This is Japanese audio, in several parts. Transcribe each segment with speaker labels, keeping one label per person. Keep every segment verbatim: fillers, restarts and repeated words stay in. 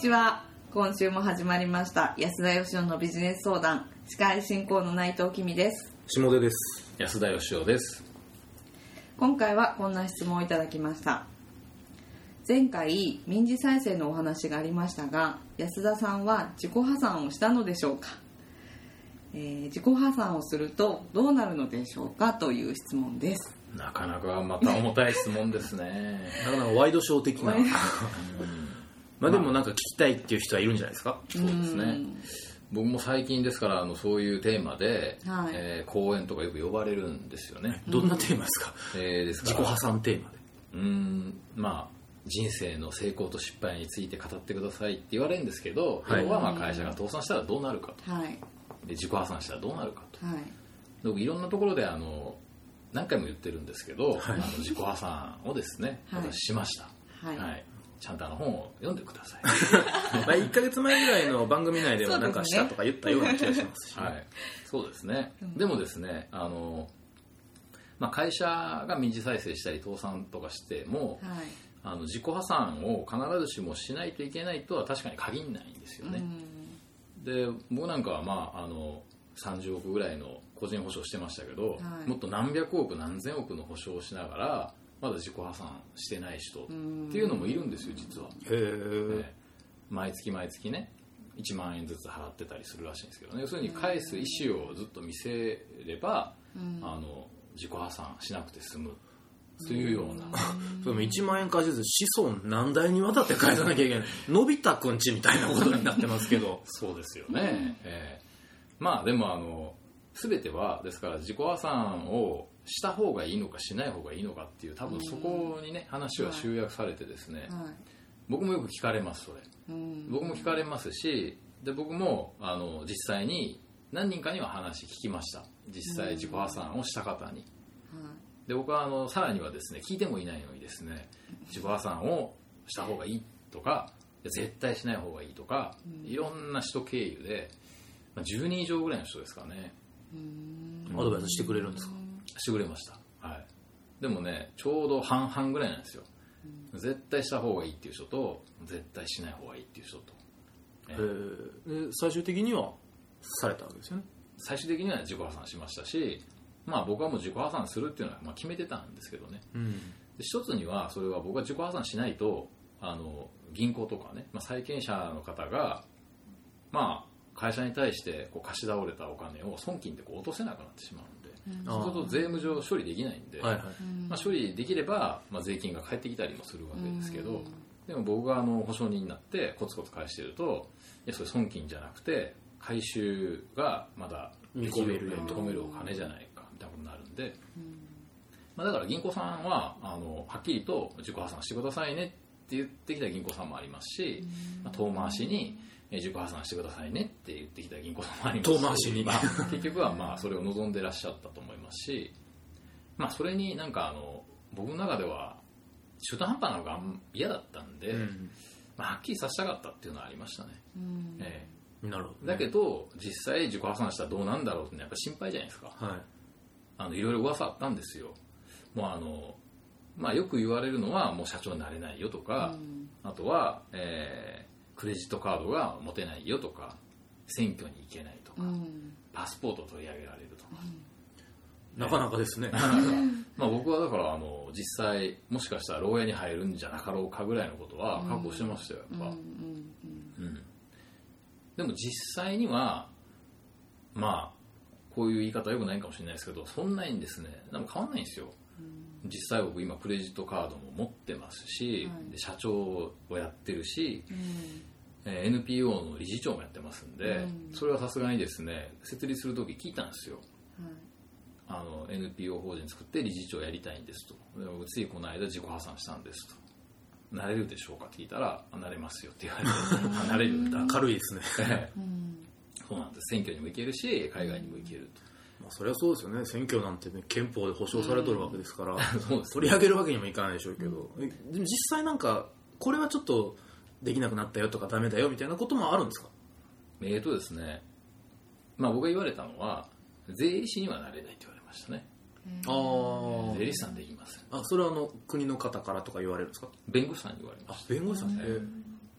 Speaker 1: ちは。今週も始まりました安田義雄のビジネス相談、司会進行の内藤きみです。
Speaker 2: 下出です。
Speaker 3: 安田義雄です。
Speaker 1: 今回はこんな質問をいただきました。前回民事再生のお話がありましたが、安田さんは自己破産をしたのでしょうか、えー、自己破産をするとどうなるのでしょうかという質問です。
Speaker 3: なかなかまた重たい質問ですね。
Speaker 2: なかなかワイドショー的なうんまあでもなんか聞きたいっていう人はいるんじゃないですか。
Speaker 3: そうですね。僕も最近ですからあのそういうテーマで、
Speaker 1: はい
Speaker 3: えー、講演とかよく呼ばれるんですよね。
Speaker 2: どんなテーマですか。
Speaker 3: えー、ですから
Speaker 2: 自己破産テーマで
Speaker 3: うーんまあ人生の成功と失敗について語ってくださいって言われるんですけど、はい、要はまあ会社が倒産したらどうなるかと、はい、で自己破産したらどうなるかと、はい、僕いろんなところであの何回も言ってるんですけど、はい、あの自己破産をですね、はい、私しました、はいはい、ちゃんとあの本を読んでください。
Speaker 2: まあいっかげつまえぐらいの番組内でもなんかしたとか言ったような気がしますし、ね、
Speaker 3: はい、そうですね。でもですねあの、まあ、会社が民事再生したり倒産とかしても、はい、あの自己破産を必ずしもしないといけないとは確かに限らないんですよね。で僕なんかは、まあ、あのさんじゅうおくぐらいの個人保証してましたけど、はい、もっと何百億何千億の保証をしながらまだ自己破産してない人っていうのもいるんですよ実は。へー、ね、毎月毎月ねいちまんえんずつ払ってたりするらしいんですけどね。要するに返す意思をずっと見せればあの自己破産しなくて済むというような。
Speaker 2: それもいちまんえん返せず子孫何代にわたって返さなきゃいけないのび太くんちみたいなことになってますけど。
Speaker 3: そうですよね、えー、まあでもあの全てはですから自己破産をした方がいいのかしない方がいいのかっていう多分そこにね話は集約されてですね、はい、僕もよく聞かれますそれ。僕も聞かれますし、で僕もあの実際に何人かには話聞きました。実際自己破産をした方に。で僕はあのさらにはですね聞いてもいないのにですね自己破産をした方がいいとか絶対しない方がいいとか、いろんな人経由で、まあ、じゅうにん以上ぐらいの人ですかね
Speaker 2: アドバイスしてくれるんですか。
Speaker 3: してくれました、はい、でもねちょうど半々ぐらいなんですよ。絶対した方がいいっていう人と絶対しない方がいいっていう人と、
Speaker 2: ね、で最終的にはされたわけですよね。
Speaker 3: 最終的には自己破産しましたし、まあ僕はもう自己破産するっていうのはまあ決めてたんですけどね、うん、で一つにはそれは僕は自己破産しないとあの銀行とかね、まあ、債権者の方がまあ会社に対してこう貸し倒れたお金を損金でこう落とせなくなってしまうんで、うん、そうすると税務上処理できないんで、はいはい、まあ、処理できれば、まあ、税金が返ってきたりもするわけですけど、うん、でも僕があの保証人になってコツコツ返していると、いやそれ損金じゃなくて回収がまだ
Speaker 2: 見込める
Speaker 3: 見込めるお金じゃないかみたいなことになるんで、うん、まあ、だから銀行さんはあのはっきりと自己破産してくださいねって言ってきた銀行さんもありますし、うん、まあ、遠回しに自己破産してくださいねって言ってきた銀行さんもありますし、
Speaker 2: 遠回しに、
Speaker 3: まあ、結局はまあそれを望んでらっしゃったと思いますし、まあ、それになんかあの僕の中では中途半端なのが嫌だったんで、うん、まあ、はっきりさせたかったっていうのはありましたね、うん、ええ、
Speaker 2: なるほどね。
Speaker 3: だけど実際自己破産したらどうなんだろうってやっぱ心配じゃないですか、はい、あのいろいろ噂あったんですよ。もうあの、まあ、よく言われるのはもう社長になれないよとか、うん、あとは、えークレジットカードが持てないよとか、選挙に行けないとか、うん、パスポートを取り上げられるとか、
Speaker 2: うん、なかなかですね。
Speaker 3: まあ僕はだからあの実際もしかしたら牢屋に入るんじゃなかろうかぐらいのことは覚悟してましたよ、やっぱ、うんうんうん、でも実際にはまあこういう言い方はよくないかもしれないですけど、そんなにですねでも変わんないんですよ。実際僕今クレジットカードも持ってますし、はい、で社長をやってるし、うん、えー、エヌピーオー の理事長もやってますんで、うん、それはさすがにですね設立する時聞いたんですよ、はい、あの エヌピーオー 法人作って理事長やりたいんですと。で僕ついこの間自己破産したんですと。なれるでしょうかって聞いたらなれますよって言われてなれるんだ。
Speaker 2: 軽いですね、
Speaker 3: うん、そうなんです。選挙にも行けるし海外にも行けると。
Speaker 2: まあ、それはそうですよね。選挙なんて、ね、憲法で保障されてるわけですから、うん、そうですね、取り上げるわけにもいかないでしょうけど、うん、でも実際なんかこれはちょっとできなくなったよとかダメだよみたいなこともあるんですか。
Speaker 3: えーとですね、まあ、僕が言われたのは税理士にはなれないって言われましたね。あ、税理士さんできません。
Speaker 2: あ、それはあの国の方からとか言われるんですか。
Speaker 3: 弁護士さんに言われました。
Speaker 2: あ、弁護士さんね、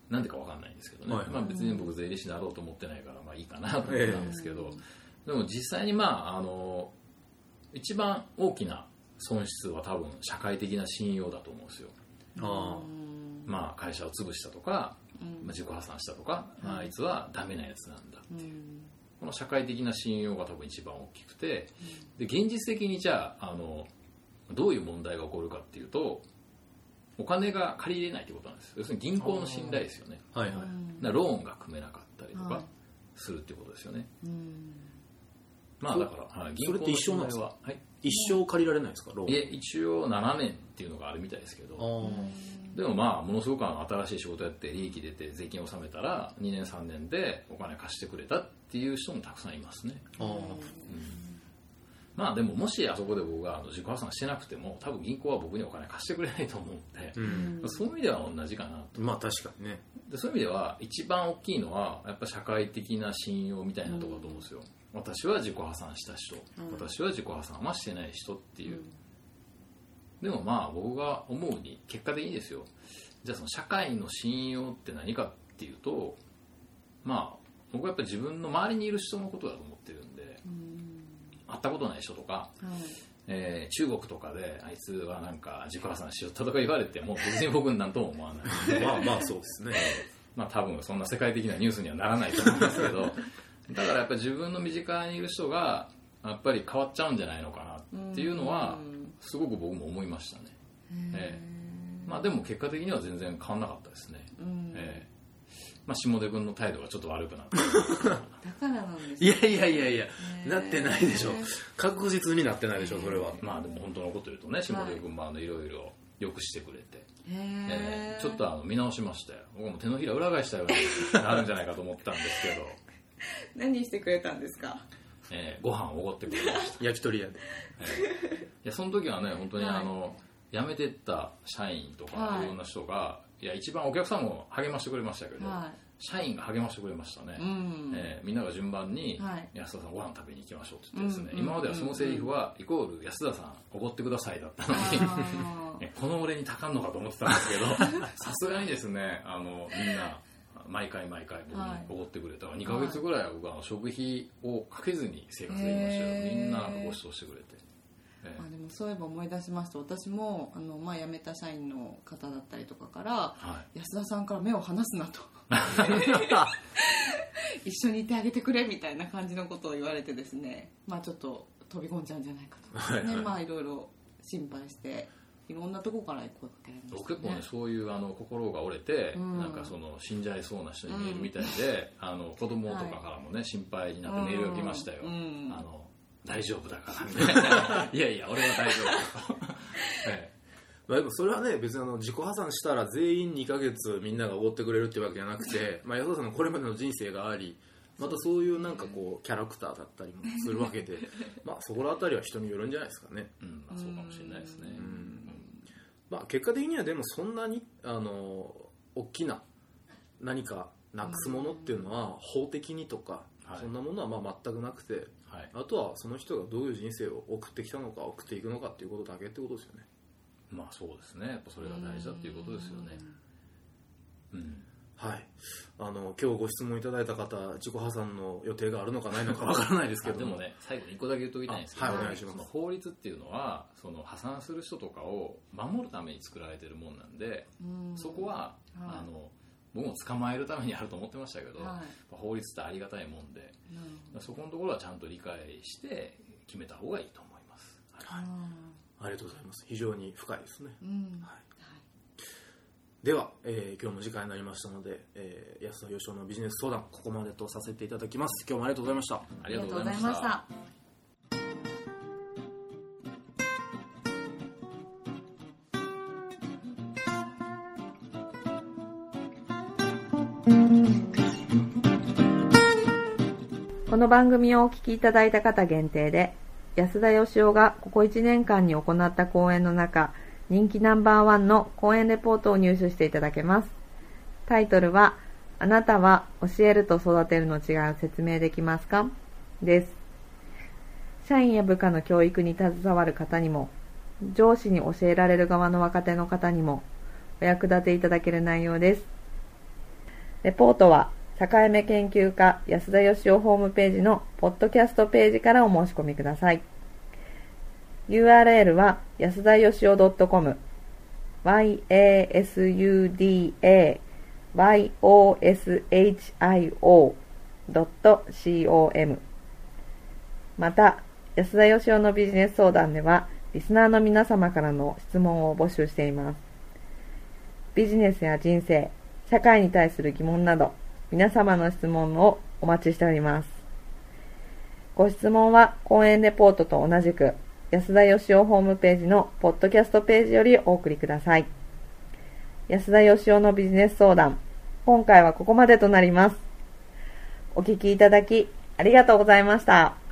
Speaker 3: なんでかわかんないんですけどね、
Speaker 2: はいはい、
Speaker 3: まあ、別に僕税理士になろうと思ってないからまあいいかなと思ったんですけど、えー、でも実際にまああの一番大きな損失は多分社会的な信用だと思うんですよ。あまあ会社を潰したとか、まあ、自己破産したとか、まあ、あいつはダメなやつなんだっていう、この社会的な信用が多分一番大きくて、で現実的にじゃあ、あのどういう問題が起こるかっていうと、お金が借りれないってことなんです。要するに銀行の信頼ですよね。はいはい、だローンが組めなかったりとかするっていうことですよね。はい、まあだから、はい、銀行の信頼は、はい、
Speaker 2: 一生借りられないですか、ローン。
Speaker 3: いえ、一応ななねんっていうのがあるみたいですけど、でもまあものすごく新しい仕事やって利益出て税金を納めたらにねんさんねんでお金貸してくれたっていう人もたくさんいますね。あ、うん、まあでももしあそこで僕が自己破産してなくても多分銀行は僕にお金貸してくれないと思うので、うん、そういう意味では同じかなと。
Speaker 2: まあ確かにね。
Speaker 3: でそういう意味では一番大きいのはやっぱ社会的な信用みたいなところだと思うんですよ。うん、私は自己破産した人、うん、私は自己破産はしてない人っていう、うん、でもまあ僕が思うに結果的にですよ、じゃあその社会の信用って何かっていうと、まあ僕はやっぱり自分の周りにいる人のことだと思ってるんで、うん、会ったことない人とか、はい、えー、中国とかであいつはなんか自己破産しよったとか言われても別に僕になんとも思わない
Speaker 2: まあまあそうですね
Speaker 3: まあ多分そんな世界的なニュースにはならないと思うんですけどだからやっぱり自分の身近にいる人がやっぱり変わっちゃうんじゃないのかなっていうのはすごく僕も思いましたね。えーまあ、でも結果的には全然変わんなかったですね。えーまあ、下出君の態度がちょっと悪くなって
Speaker 1: だからなんです
Speaker 2: ね。いやいやいやいや、なってないでしょ。確実になってないでしょ、それは。
Speaker 3: まあでも本当のこと言うとね、下出君もいろいろよくしてくれて、えー、ちょっとあの見直しましたよ。僕も手のひら裏返したようになるんじゃないかと思ったんですけど
Speaker 1: 何してくれたんですか。
Speaker 3: えー、ご飯をおごってくれました
Speaker 2: 焼き鳥屋で、
Speaker 3: えー、いやその時はね本当にあの、はい、辞めてった社員とかいろんな人が、はい、いや一番お客さんも励ましてくれましたけど、はい、社員が励ましてくれましたね。うん、えー、みんなが順番に、はい、安田さんご飯食べに行きましょうって言ってですね、うん、今まではそのセリフはイコール安田さんおごってくださいだったのにこの俺にたかんのかと思ってたんですけどさすがにですねあのみんな毎回毎回僕におごってくれたから、はい、にかげつぐらいは僕は食費をかけずに生活できましたよ。みんなご馳走してくれて、
Speaker 1: えー、あでもそういえば思い出しました。私もあの、まあ、辞めた社員の方だったりとかから、はい、安田さんから目を離すなと一緒にいてあげてくれみたいな感じのことを言われてですね、まあ、ちょっと飛び込んじゃうんじゃないかと、はいはい、ね、まあいろいろ心配していろんなとこから行こうってやりましたね。
Speaker 3: 結構ねそういうあの心が折れて、うん、なんかその死んじゃいそうな人に見えるみたいで、うん、あの子供とかからもね、はい、心配になってメールが来ましたよ、うん、あの大丈夫だからみたいないやいや俺は大丈夫だと、はい、
Speaker 2: まあ、でもそれはね別にあの自己破産したら全員にかげつみんながおごってくれるっていうわけじゃなくて、まあ、安田さんのこれまでの人生がありまたそういうなんかこうキャラクターだったりもするわけでまあそこらあたりは人によるんじゃないですかね。
Speaker 3: うん、まあ、そうかもしれないですね。うん、
Speaker 2: まあ、結果的にはでもそんなにあの大きな何かなくすものっていうのは法的にとか、はい、そんなものはまあ全くなくて、はい、あとはその人がどういう人生を送ってきたのか送っていくのかっていうことだけってことですよね。
Speaker 3: まあそうですね、やっぱそれが大事だっていうことですよね。うん、
Speaker 2: はい、あの今日ご質問いただいた方自己破産の予定があるのかないのかわからないですけど
Speaker 3: でもね最後にいっこだけ言っておきたいんですけど、
Speaker 2: はい、お願いします。
Speaker 3: その法律っていうのはその破産する人とかを守るために作られてるもんなんで、んそこは、はい、あの僕も捕まえるためにあると思ってましたけど、はい、法律ってありがたいもんで、うん、そこのところはちゃんと理解して決めた方がいいと思います。はい、
Speaker 2: ありがとうございます。非常に深いですね。うん、はい、では、えー、今日も時間になりましたので、えー、安田義雄のビジネス相談ここまでとさせていただきます。今日もありがとうございました。
Speaker 3: ありがとうございました。
Speaker 1: この番組をお聞きいただいた方限定で安田義雄がここいちねんかんに行った講演の中人気ナンバーワンの講演レポートを入手していただけます。タイトルはあなたは教えると育てるの違いを説明できますかです。社員や部下の教育に携わる方にも上司に教えられる側の若手の方にもお役立ていただける内容です。 レポートは境目研究家安田義雄ホームページのポッドキャストページからお申し込みください。 ユーアールエル は安田義雄 .com yasudayoshio.com また安田義雄のビジネス相談ではリスナーの皆様からの質問を募集しています。ビジネスや人生、社会に対する疑問など皆様の質問をお待ちしております。ご質問は講演レポートと同じく安田義雄ホームページのポッドキャストページよりお送りください。安田義雄のビジネス相談、今回はここまでとなります。お聞きいただきありがとうございました。